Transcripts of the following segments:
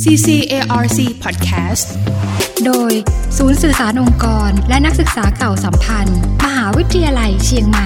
CCARC Podcast โดยศูนย์สื่อสารองค์กรและนักศึกษาเก่าสัมพันธ์มหาวิทยาลัยเชียงใหม่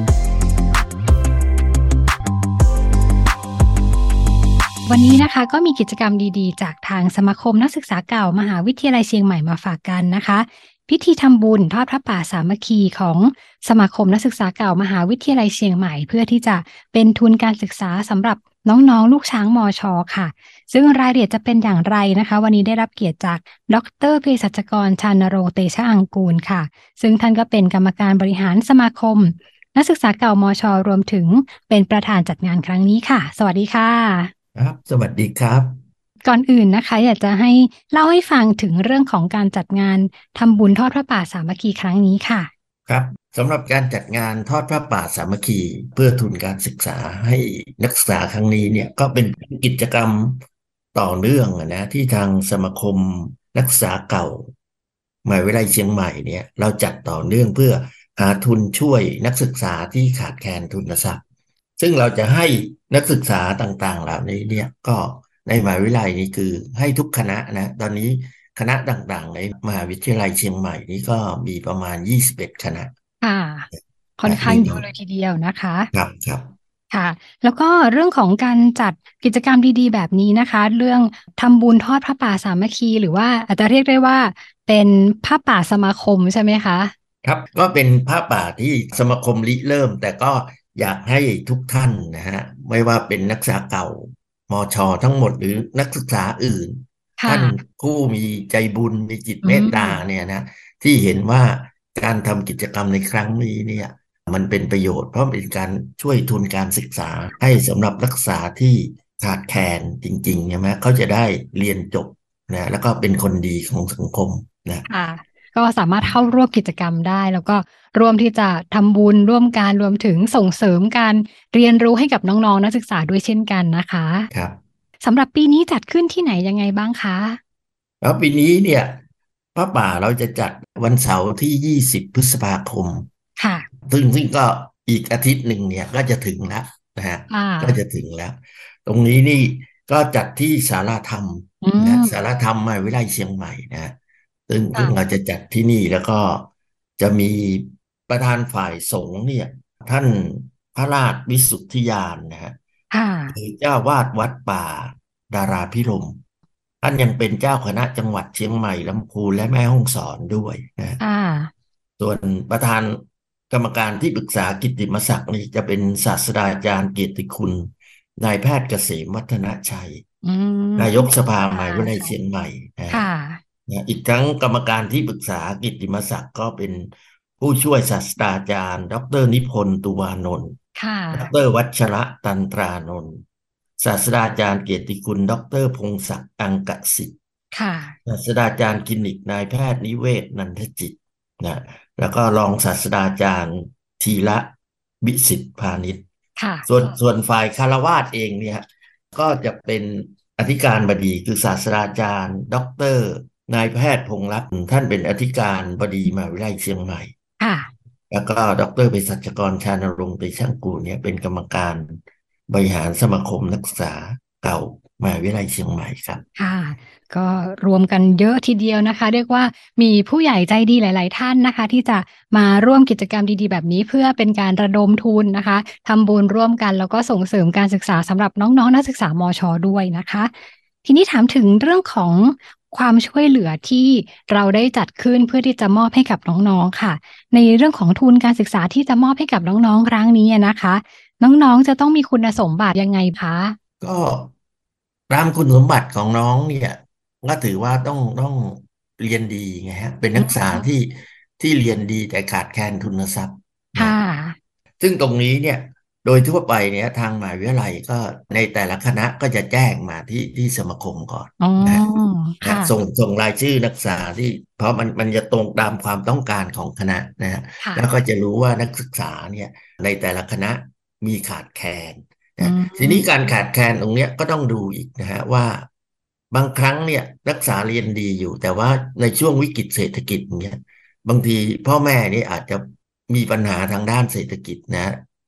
วันนี้นะคะก็มีกิจกรรมดีๆจากทางสมาคมนักศึกษาเก่ามหาวิทยาลัยเชียงใหม่มาฝากกันนะคะพิธีทำบุญทอดพระป่าสามัคคีของสมาคมนักศึกษาเก่ามหาวิทยาลัยเชียงใหม่เพื่อที่จะเป็นทุนการศึกษาสำหรับน้องๆลูกช้างมช.ค่ะซึ่งรายละเอียดจะเป็นอย่างไรนะคะวันนี้ได้รับเกียรติจากดร.เภสัชกรชานรงค์เตชะอังกูลค่ะซึ่งท่านก็เป็นกรรมการบริหารสมาคมนักศึกษาเก่ามช.รวมถึงเป็นประธานจัดงานครั้งนี้ค่ะสวัสดีค่ะครับสวัสดีครับก่อนอื่นนะคะอยากจะให้เล่าให้ฟังถึงเรื่องของการจัดงานทำบุญทอดพระป่าสามัคคีครั้งนี้ค่ะครับสำหรับการจัดงานทอดพระป่าสามัคคีเพื่อทุนการศึกษาให้นักศึกษาครั้งนี้เนี่ยก็เป็นกิจกรรมต่อเนื่องนะที่ทางสมาคมนักศึกษาเก่ามหาวิทยาลัยเชียงใหม่เนี่ยเราจัดต่อเนื่องเพื่อหาทุนช่วยนักศึกษาที่ขาดแคลนทุนทรัพย์ซึ่งเราจะให้นักศึกษาต่างๆเหล่านี้เนี่ยก็ในมหาวิทยาลัยนี้คือให้ทุกคณะนะตอนนี้คณะต่างๆในมหาวิทยาลัยเชียงใหม่นี้ก็มีประมาณ21คณะค่ะค่อนข้างเยอะเลยทีเดียวนะคะครับค่ะแล้วก็เรื่องของการจัดกิจกรรมดีๆแบบนี้นะคะเรื่องทำบุญทอดพระป่าสามัคคีหรือว่าอาจจะเรียกได้ว่าเป็นผ้าป่าสมาคมใช่ไหมคะครับก็เป็นผ้าป่าที่สมาคมริเริ่มแต่ก็อยากให้ทุกท่านนะฮะไม่ว่าเป็นนักศึกษาเก่ามช.ทั้งหมดหรือนักศึกษาอื่นท่านผู้มีใจบุญมีจิตเมตตาเนี่ยนะที่เห็นว่าการทำกิจกรรมในครั้งนี้เนี่ยมันเป็นประโยชน์เพราะเป็นการช่วยทุนการศึกษาให้สำหรับนักศึกษาที่ขาดแคลนจริงๆใช่ไหมเขาจะได้เรียนจบนะแล้วก็เป็นคนดีของสังคมนะก็สามารถเข้าร่วมกิจกรรมได้แล้วก็ร่วมที่จะทำบุญร่วมกันรวมถึงส่งเสริมการเรียนรู้ให้กับน้องๆนักศึกษาด้วยเช่นกันนะคะครับสำหรับปีนี้จัดขึ้นที่ไหนยังไงบ้างคะแล้วปีนี้เนี่ยพระป่าเราจะจัดวันเสาร์ที่20พฤษภาคมค่ะซึ่งก็อีกอาทิตย์หนึ่งเนี่ยก็จะถึงแล้วนะฮะก็จะถึงแล้วตรงนี้นี่ก็จัดที่ศาลาธรรมนะศาลาธรรมมหาวิทยาลัยเชียงใหม่นะซึ่งเราจะจัดที่นี่แล้วก็จะมีประธานฝ่ายสงฆ์เนี่ยท่านพระราชวิสุทธิยานนะฮะคือเจ้าวาดวัดป่าดาราพิรมย์ท่านยังเป็นเจ้าคณะจังหวัดเชียงใหม่ลำพูนและแม่ฮ่องสอนด้วยนะส่วนประธานกรรมการที่ปรึกษากิตติมศักดิ์นี่จะเป็นศาสตราจารย์เกียรติคุณนายแพทย์เกษมวัฒนชัยนายกสภามหาวิทยาลัยเชียงใหม่อีกทั้งกรรมการที่ปรึกษากิตติมศักดิ์ก็เป็นผู้ช่วยศาสตราจารย์ดร.นิพนธ์ตุวานนท์ดร.วัชระตันตรานนท์ศาสตราจารย์เกียรติคุณดร.พงศักดิ์อังกสิทธิ์ศาสตราจารย์คลินิกนายแพทย์นิเวศนันทจิตนะแล้วก็รองศาสตราจารย์ธีระวิสิทธิพานิชส่วนฝ่ายคฤหัสถ์เองเนี่ยก็จะเป็นอธิการบดีคือศาสตราจารย์ดร.นายแพทย์พงษ์รัตน์ท่านเป็นอธิการบดีมหาวิทยาลัยเชียงใหม่แล้วก็ดร.เภสัชกรชานรงค์เตชะอังกูลเนี่ยเป็นกรรมการบริหารสมาคมนักศึกษาเก่ามหาวิทยาลัยเชียงใหม่ครับก็รวมกันเยอะทีเดียวนะคะเรียกว่ามีผู้ใหญ่ใจดีหลายๆท่านนะคะที่จะมาร่วมกิจกรรมดีๆแบบนี้เพื่อเป็นการระดมทุนนะคะทำบุญร่วมกันแล้วก็ส่งเสริมการศึกษาสำหรับน้องๆนักศึกษามช.ด้วยนะคะทีนี้ถามถึงเรื่องของความช่วยเหลือที่เราได้จัดขึ้นเพื่อที่จะมอบให้กับน้องๆค่ะในเรื่องของทุนการศึกษาที่จะมอบให้กับน้องๆครั้งนี้นะคะน้องๆจะต้องมีคุณสมบัติยังไงคะก็ตามคุณสมบัติของน้องเนี่ยก็ถือว่าต้องเรียนดีไงฮะเป็นนักศึกษาที่เรียนดีแต่ขาดแคลนทุนทรัพย์ซึ่งตรงนี้เนี่ยโดยทั่วไปเนี่ยทางมหาวิทยาลัยก็ในแต่ละคณะก็จะแจ้งมาที่สมาคมก่อนนะส่งรายชื่อนักศึกษาที่เพราะมันจะตรงตามความต้องการของคณะนะฮะแล้วก็จะรู้ว่านักศึกษาเนี่ยในแต่ละคณะมีขาดแคลนทีนี้การขาดแคลนตรงนี้ก็ต้องดูอีกนะฮะว่าบางครั้งเนี่ยนักศึกษาเรียนดีอยู่แต่ว่าในช่วงวิกฤตเศรษฐกิจเนี่ยบางทีพ่อแม่นี่อาจจะมีปัญหาทางด้านเศรษฐกิจนะ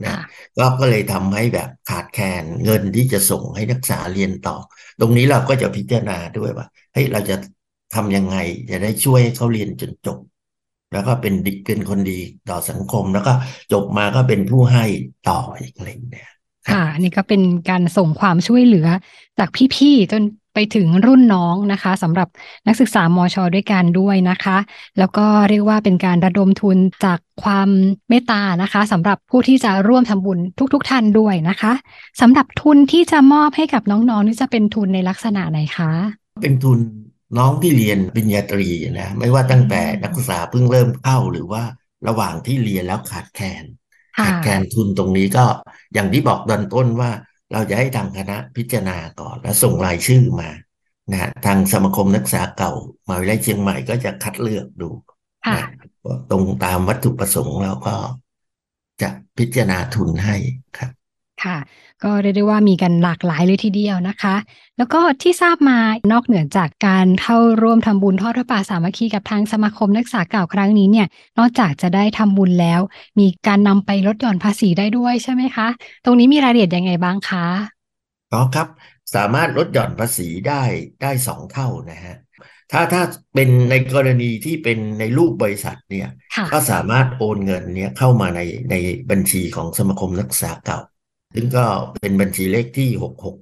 นะก็เลยทำให้แบบขาดแคลนเงินที่จะส่งให้นักศึกษาเรียนต่อตรงนี้เราก็จะพิจารณาด้วยว่าเฮ้ยเราจะทำยังไงจะได้ช่วยให้เขาเรียนจนจบแล้วก็เป็นคนดีต่อสังคมแล้วก็จบมาก็เป็นผู้ให้ต่ออีกอะไรอย่างเงี้ยค่ะอันนี้ก็เป็นการส่งความช่วยเหลือจากพี่ๆจนไปถึงรุ่นน้องนะคะสำหรับนักศึกษามชด้วยกันด้วยนะคะแล้วก็เรียกว่าเป็นการระดมทุนจากความเมตตานะคะสำหรับผู้ที่จะร่วมทำบุญทุกๆท่านด้วยนะคะสำหรับทุนที่จะมอบให้กับน้องๆนี่จะเป็นทุนในลักษณะไหนคะเป็นทุนน้องที่เรียนปริญญาตรีนะไม่ว่าตั้งแต่นักศึกษาเพิ่งเริ่มเข้าหรือว่าระหว่างที่เรียนแล้วขาดแคลนทุนตรงนี้ก็อย่างที่บอกตอนต้นว่าเราจะให้ทางคณะพิจารณาก่อนแล้วส่งรายชื่อมานะทางสมาคมนักศึกษาเก่ามหาวิทยาลัยเชียงใหม่ก็จะคัดเลือกดูนะตรงตามวัตถุประสงค์แล้วก็จะพิจารณาทุนให้ครับค่ะก็เรียกได้ว่ามีกันหลากหลายเลยทีเดียวนะคะแล้วก็ที่ทราบมานอกเหนือจากการเข้าร่วมทำบุญทอดพระป่าสามัคคีกับทางสมาคมนักศึกษาเก่าครั้งนี้เนี่ยนอกจากจะได้ทำบุญแล้วมีการนำไปลดหย่อนภาษีได้ด้วยใช่ไหมคะตรงนี้มีรายละเอียดยังไงบ้างคะอ๋อครับสามารถลดหย่อนภาษีได้2 เท่านะฮะถ้าเป็นในกรณีที่เป็นในรูปบริษัทเนี่ยก็ค่ะสามารถโอนเงินเนี่ยเข้ามาในบัญชีของสมาคมนักศึกษาเก่าซึ่งก็เป็นบัญชีเลขที่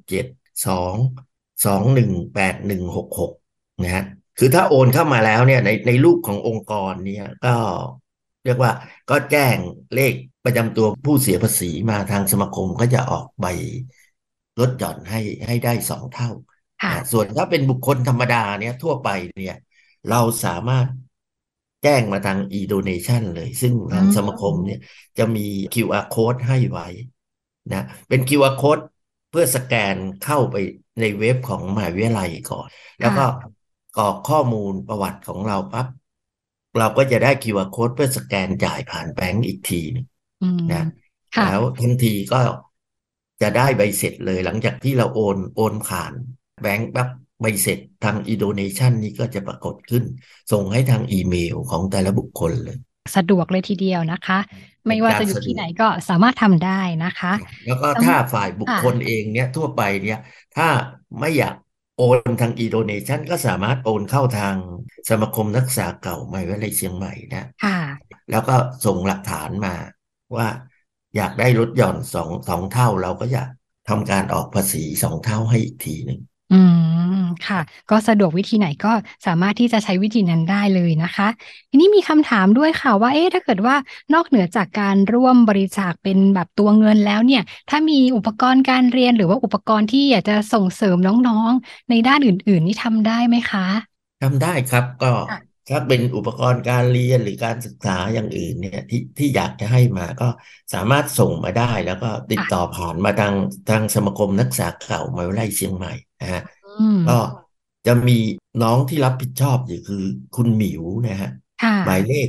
667221816นะฮะคือถ้าโอนเข้ามาแล้วเนี่ยในรูปขององค์กรเนี่ยก็เรียกว่าก็แจ้งเลขประจำตัวผู้เสียภาษีมาทางสมาคมก็จะออกใบลดหย่อนให้ได้2 เท่าส่วนถ้าเป็นบุคคลธรรมดาเนี่ยทั่วไปเนี่ยเราสามารถแจ้งมาทาง e-donation เลยซึ่งทางสมาคมเนี่ยจะมี QR code ให้ไว้นะเป็น QR code เพื่อสแกนเข้าไปในเว็บของมหาวิทยาลัยก่อนแล้วก็กรอกข้อมูลประวัติของเราปั๊บเราก็จะได้ QR code เพื่อสแกนจ่ายผ่านแบงก์อีกทีนึงนะแล้วทันทีก็จะได้ใบเสร็จเลยหลังจากที่เราโอนผ่านแบงก์ปั๊บใบเสร็จทาง e-donation นี้ก็จะปรากฏขึ้นส่งให้ทางอีเมลของแต่ละบุคคลเลยสะดวกเลยทีเดียวนะคะไม่ว่าจะอยู่ที่ไหนก็สามารถทำได้นะคะแล้วก็ถ้าฝ่ายบุคคลเองเนี่ยทั่วไปเนี่ยถ้าไม่อยากโอนทาง e-donation ก็สามารถโอนเข้าทางสมาคมนักศึกษาเก่ามหาวิทยาลัยเชียงใหม่นะแล้วก็ส่งหลักฐานมาว่าอยากได้ลดหย่อนสองเท่าเราก็จะทำการออกภาษี2 เท่าให้อีกทีหนึ่งอืมค่ะก็สะดวกวิธีไหนก็สามารถที่จะใช้วิธีนั้นได้เลยนะคะทีนี้มีคำถามด้วยค่ะว่าถ้าเกิดว่านอกเหนือจากการร่วมบริจาคเป็นแบบตัวเงินแล้วเนี่ยถ้ามีอุปกรณ์การเรียนหรือว่าอุปกรณ์ที่อยากจะส่งเสริมน้องๆในด้านอื่นๆนี่ทำได้ไหมคะทำได้ครับก็ถ้าเป็นอุปกรณ์การเรียนหรือการศึกษาอย่างอื่นเนี่ยที่อยากจะให้มาก็สามารถส่งมาได้แล้วก็ติดต่อผ่านมาทางสมาคมนักศึกษาเก่ามหาวิทยาลัยเชียงใหม่นะฮะก็จะมีน้องที่รับผิดชอบอยู่คือคุณหมิวนะฮะหมายเลข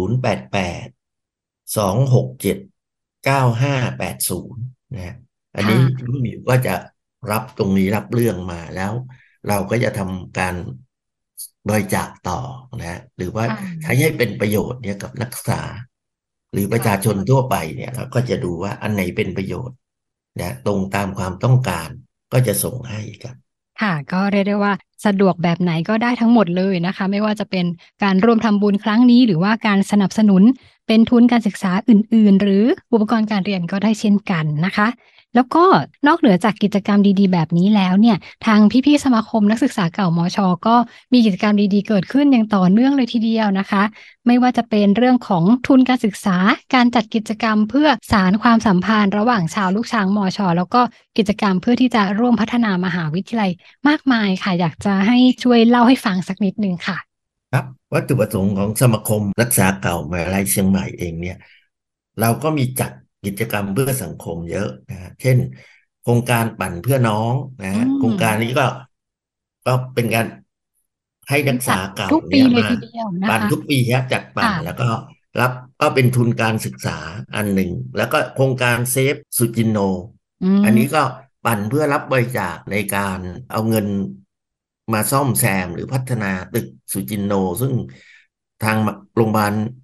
0882679580นะฮะอันนี้คุณหมิวก็จะรับตรงนี้รับเรื่องมาแล้วเราก็จะทำการบริจาคต่อนะหรือว่าใช้ให้เป็นประโยชน์เนี่ยกับนักศึกษาหรือประชาชนทั่วไปเนี่ยเราก็จะดูว่าอันไหนเป็นประโยชน์นะตรงตามความต้องการก็จะส่งให้ครับค่ะก็เรียกได้ว่าสะดวกแบบไหนก็ได้ทั้งหมดเลยนะคะไม่ว่าจะเป็นการร่วมทำบุญครั้งนี้หรือว่าการสนับสนุนเป็นทุนการศึกษาอื่นๆหรืออุปกรณ์การเรียนก็ได้เช่นกันนะคะแล้วก็นอกเหนือจากกิจกรรมดีๆแบบนี้แล้วเนี่ยทางพี่ๆสมาคมนักศึกษาเก่ามชก็มีกิจกรรมดีๆเกิดขึ้นอย่างต่อเนื่องเลยทีเดียวนะคะไม่ว่าจะเป็นเรื่องของทุนการศึกษาการจัดกิจกรรมเพื่อสานความสัมพันธ์ระหว่างชาวลูกช้างมชแล้วก็กิจกรรมเพื่อที่จะร่วมพัฒนามหาวิทยาลัยมากมายค่ะอยากจะให้ช่วยเล่าให้ฟังสักนิดนึงค่ะครับวัตถุประสงค์ของสมาคมนักศึกษาเก่ามหาวิทยาลัยเชียงใหม่เองเนี่ยเราก็มีจัดกิจกรรมเพื่อสังคมเยอะนะเช่นโครงการปั่นเพื่อน้องนะโครงการนี้ก็เป็นการให้นักศึกษาเก่าทุกปีเนี่ยมาเลยทีเดียวนะคะปั่นทุกปีครับจัดปั่นแล้วก็รับก็เป็นทุนการศึกษาอันหนึ่งแล้วก็โครงการเซฟสุจินโนอันนี้ก็ปั่นเพื่อรับบริจาคในการเอาเงินมาซ่อมแซมหรือพัฒนาตึกสุจินโนซึ่งทางโรงพยาบาล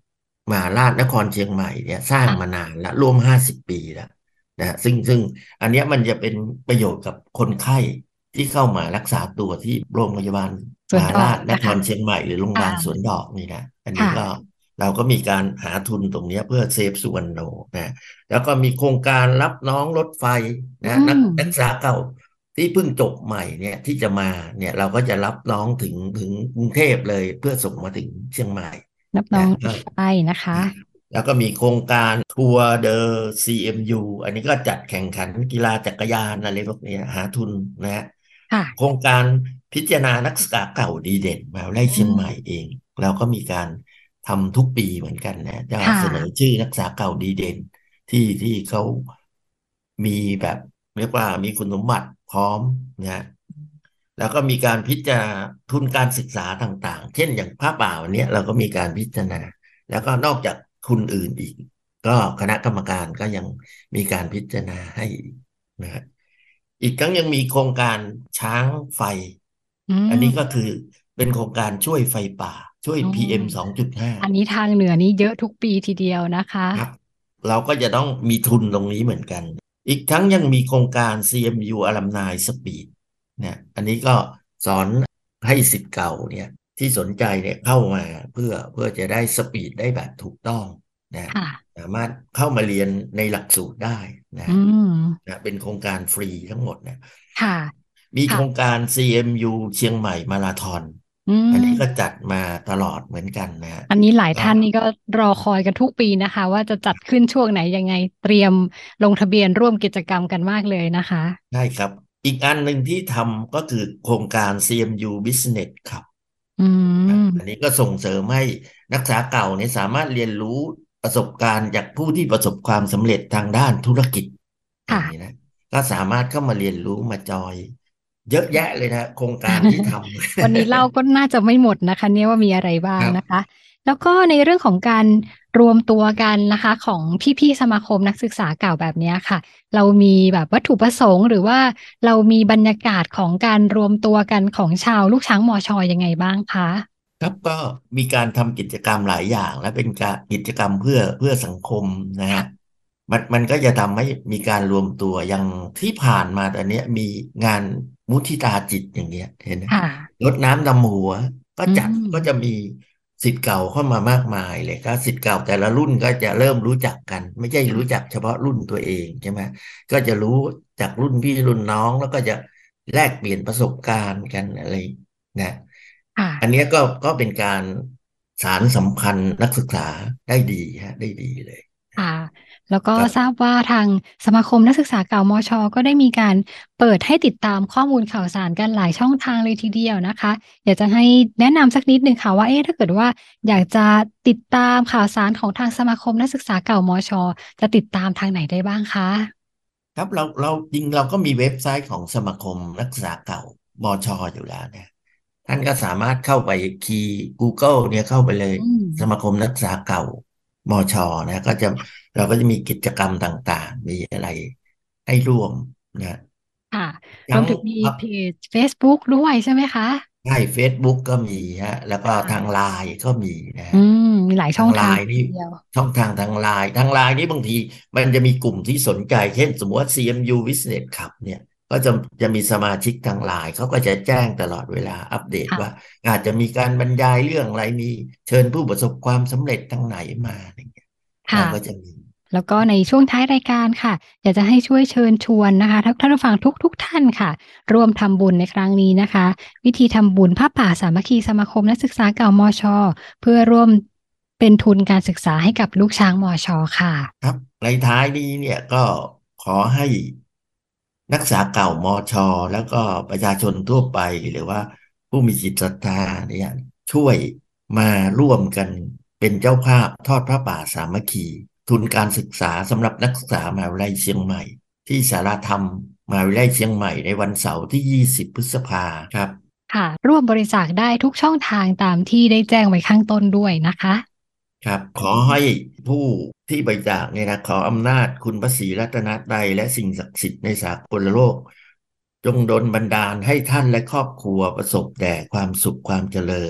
มหาราชนครเชียงใหม่เนี่ยสร้างมานานแล้วร่วม50 ปีแล้วนะซึ่งอันเนี้ยมันจะเป็นประโยชน์กับคนไข้ที่เข้ามารักษาตัวที่โรงพยาบาลสวนดอมหาราชนคกนะคะรเชียงใหม่หรือโรงพยาบาลสวนค่ะดอกนี่นะอันนี้ก็ค่ะเราก็มีการหาทุนตรงเนี้ยเพื่อเซฟสุวรรณโนนะแล้วก็มีโครงการรับน้องรถไฟอืนะนักศึกมษาเก่าที่เพิ่งจบใหม่เนี่ยที่จะมาเนี่ยเราก็จะรับน้องถึงกรุงเทพเลยเพื่อส่งมาถึงเชียงใหม่รับน้องนะก็ไปนะคะแล้วก็มีโครงการทัวร์เดอะ CMU อันนี้ก็จัดแข่งขันกีฬาจักรยานอะไรพวกนี้หาทุนนะฮะค่ะโครงการพิจารณานักศึกษาเก่าดีเด่นมหาวิทยาลัยอืเชียงใหม่มเองเราก็มีการทำทุกปีเหมือนกันนะจะค่ะเสนอชื่อนักศึกษาเก่าดีเด่นที่เขามีแบบเรียกว่ามีคุณสมบัติพร้อมนะแล้วก็มีการพิจารณาทุนการศึกษาต่างๆเช่นอย่างภาคบ่าวันนี้เราก็มีการพิจารณา แล้วก็นอกจากทุนอื่นอีกก็คณะกรรมการก็ยังมีการพิจารณาให้นะฮะอีกทั้งยังมีโครงการช้างไฟอือันนี้ก็มคือเป็นโครงการช่วยไฟป่าช่วยอ๋อ PM2.5 อันนี้ทางเหนือนี้เยอะทุกปีทีเดียวนะคะครับเราก็จะต้องมีทุนตรงนี้เหมือนกันอีกทั้งยังมีโครงการ CMU Alumni Speed เนี่ยอันนี้ก็สอนให้ศิษย์เก่าเนี่ยที่สนใจเนี่ยเข้ามาเพื่อจะได้สปีดได้แบบถูกต้องนะค่ะสามารถเข้ามาเรียนในหลักสูตรได้อืนะมนะเป็นโครงการฟรีทั้งหมดนะค่ะมีโคค่ะรงการ CMU เชียงใหม่มาราธอนอือันนี้ก็มจัดมาตลอดเหมือนกันนะอันนี้หลายก็ท่านนี่ก็รอคอยกันทุกปีนะคะว่าจะจัดขึ้นช่วงไหนยังไงเตรียมลงทะเบียนร่วมกิจกรรมกันมากเลยนะคะใช่ครับ อีกอันหนึ่งที่ทำก็คือโครงการ CMU Business ครับอือันนี้มก็ส่งเสริมให้นักศึกษาเก่าเนี่ยสามารถเรียนรู้ประสบการณ์จากผู้ที่ประสบความสำเร็จทางด้านธุรกิจอย่างนี้ค่ะนะก็สามารถเข้ามาเรียนรู้มาจอยเยอะแยะเลยนะโครงการที่ทวันนี้เล่าำก็น่าจะไม่หมดนะคะเนี่ยว่ามีอะไรบ้าครับงนะคะแล้วก็ในเรื่องของการรวมตัวกันนะคะของพี่ๆสมาคมนักศึกษาเก่าแบบเนี้ยค่ะเรามีแบบวัตถุประสงค์หรือว่าเรามีบรรยากาศของการรวมตัวกันของชาวลูกช้างมอชอยังไงบ้างคะครับก็มีการทำกิจกรรมหลายอย่างและเป็นการกิจกรรมเพื่อสังคมนะฮะค่ะมันก็จะทำให้มีการรวมตัวอย่างที่ผ่านมาแต่เนี้ยมีงานมุทิตาจิตอย่างเงี้ยเห็นไหมค่ะรดน้ำดำหัวก็อืจัดก็จะมมีศิษย์เก่าเข้ามามากมายเลยก็ศิษย์เก่าแต่ละรุ่นก็จะเริ่มรู้จักกันไม่ใช่รู้จักเฉพาะรุ่นตัวเองใช่ไหมก็จะรู้จากรุ่นพี่รุ่นน้องแล้วก็จะแลกเปลี่ยนประสบการณ์กันอะไรนะค่ะอันเนี้ยก็เป็นการสานสัมพันธ์นักศึกษาได้ดีฮะได้ดีเลยค่ะแล้วก็ครับทราบว่าทางสมาคมนักศึกษาเก่ามชก็ได้มีการเปิดให้ติดตามข้อมูลข่าวสารกันหลายช่องทางเลยทีเดียวนะคะอยากจะให้แนะนำสักนิดหนึ่งค่ะว่าเอ๊ะถ้าเกิดว่าอยากจะติดตามข่าวสารของทางสมาคมนักศึกษาเก่ามชจะติดตามทางไหนได้บ้างคะครับเราจริงเราก็มีเว็บไซต์ของสมาคมนักศึกษาเก่ามชอยู่แล้วเนี่ยท่านก็สามารถเข้าไปคีย์ Google เนี่ยเข้าไปเลยอืมสมาคมนักศึกษาเก่ามชนะเราก็จะมีกิจกรรมต่างๆมีอะไรให้ร่วมนะค่ะรวทั้งมถึงมีเพจ Facebook ด้วยใช่ไหมคะใช่ Facebook ก็มีฮะแล้วก็ทางค่ะไลน์ก็มีนะอืฮะมมีหลายทางช่องทางไลน์นี่ทีเดียวช่องทางทางไลน์นี่บางทีมันจะมีกลุ่มที่สนใจเช่นสมมติว่า CMU Business Club เนี่ยก็จะมีสมาชิกทางไลน์เขาก็จะแจ้งตลอดเวลาอัปเดตว่าค่ะอาจจะมีการบรรยายเรื่องอะไรมีเชิญผู้ประสบความสำเร็จทางไหนมาอะไรเงี้ยเราค่ะก็จะมีแล้วก็ในช่วงท้ายรายการค่ะอยากจะให้ช่วยเชิญชวนนะคะท่านผู้ฟังทุกท่านค่ะร่วมทำบุญในครั้งนี้นะคะวิธีทำบุญผ้าป่าสามัคคีสมาคมนักศึกษาเก่ามชเพื่อร่วมเป็นทุนการศึกษาให้กับลูกช้างมชค่ะครับในท้ายนี้เนี่ยก็ขอให้นักศึกษาเก่ามชแล้วก็ประชาชนทั่วไปหรือว่าผู้มีจิตศรัทธาเนี่ยช่วยมาร่วมกันเป็นเจ้าภาพทอดพระป่าสามัคคีทุนการศึกษาสำหรับนักศึกษามหาวิทยาลัยเชียงใหม่ที่สารธรรมมหาวิทยาลัยเชียงใหม่ในวันเสาร์ที่20พฤษภาครับค่ะร่วมบริจาคได้ทุกช่องทางตามที่ได้แจ้งไว้ข้างต้นด้วยนะคะครับขอให้ผู้ที่บริจาคเนี่ยนะขออำนาจคุณพระศรีรัตนตรัยและสิ่งศักดิ์สิทธิ์ในสากลโลกจงดลบันดาลให้ท่านและครอบครัวประสบแต่ความสุขความเจริญ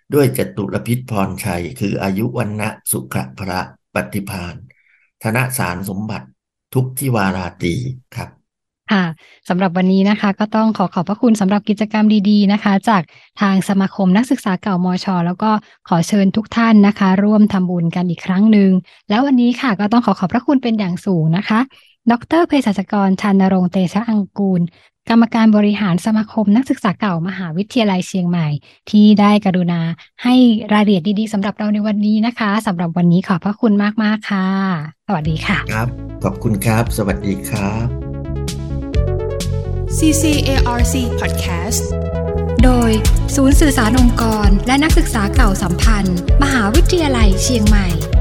ด้วยจตุรพิษพรชัยคืออายุวันนะสุขพระปฏิภาณธนสารสมบัติทุกทิวาราตรีครับค่ะสำหรับวันนี้นะคะก็ต้องขอบพระคุณสำหรับกิจกรรมดีๆนะคะจากทางสมาคมนักศึกษาเก่ามช.แล้วก็ขอเชิญทุกท่านนะคะร่วมทำบุญกันอีกครั้งหนึ่งแล้ววันนี้ค่ะก็ต้องขอบพระคุณเป็นอย่างสูงนะคะดร.เภสัชกร ชานรงค์ เตชะอังกูลกรรมการบริหารสมาคมนักศึกษาเก่ามหาวิทยาลัยเชียงใหม่ที่ได้กรุณาให้รายละเอียดดีๆสำหรับเราในวันนี้นะคะสำหรับวันนี้ขอบพระคุณมากๆค่ะสวัสดีค่ะครับขอบคุณครับสวัสดีครับ CCARC Podcast โดยศูนย์สื่อสารองค์กรและนักศึกษาเก่าสัมพันธ์มหาวิทยาลัยเชียงใหม่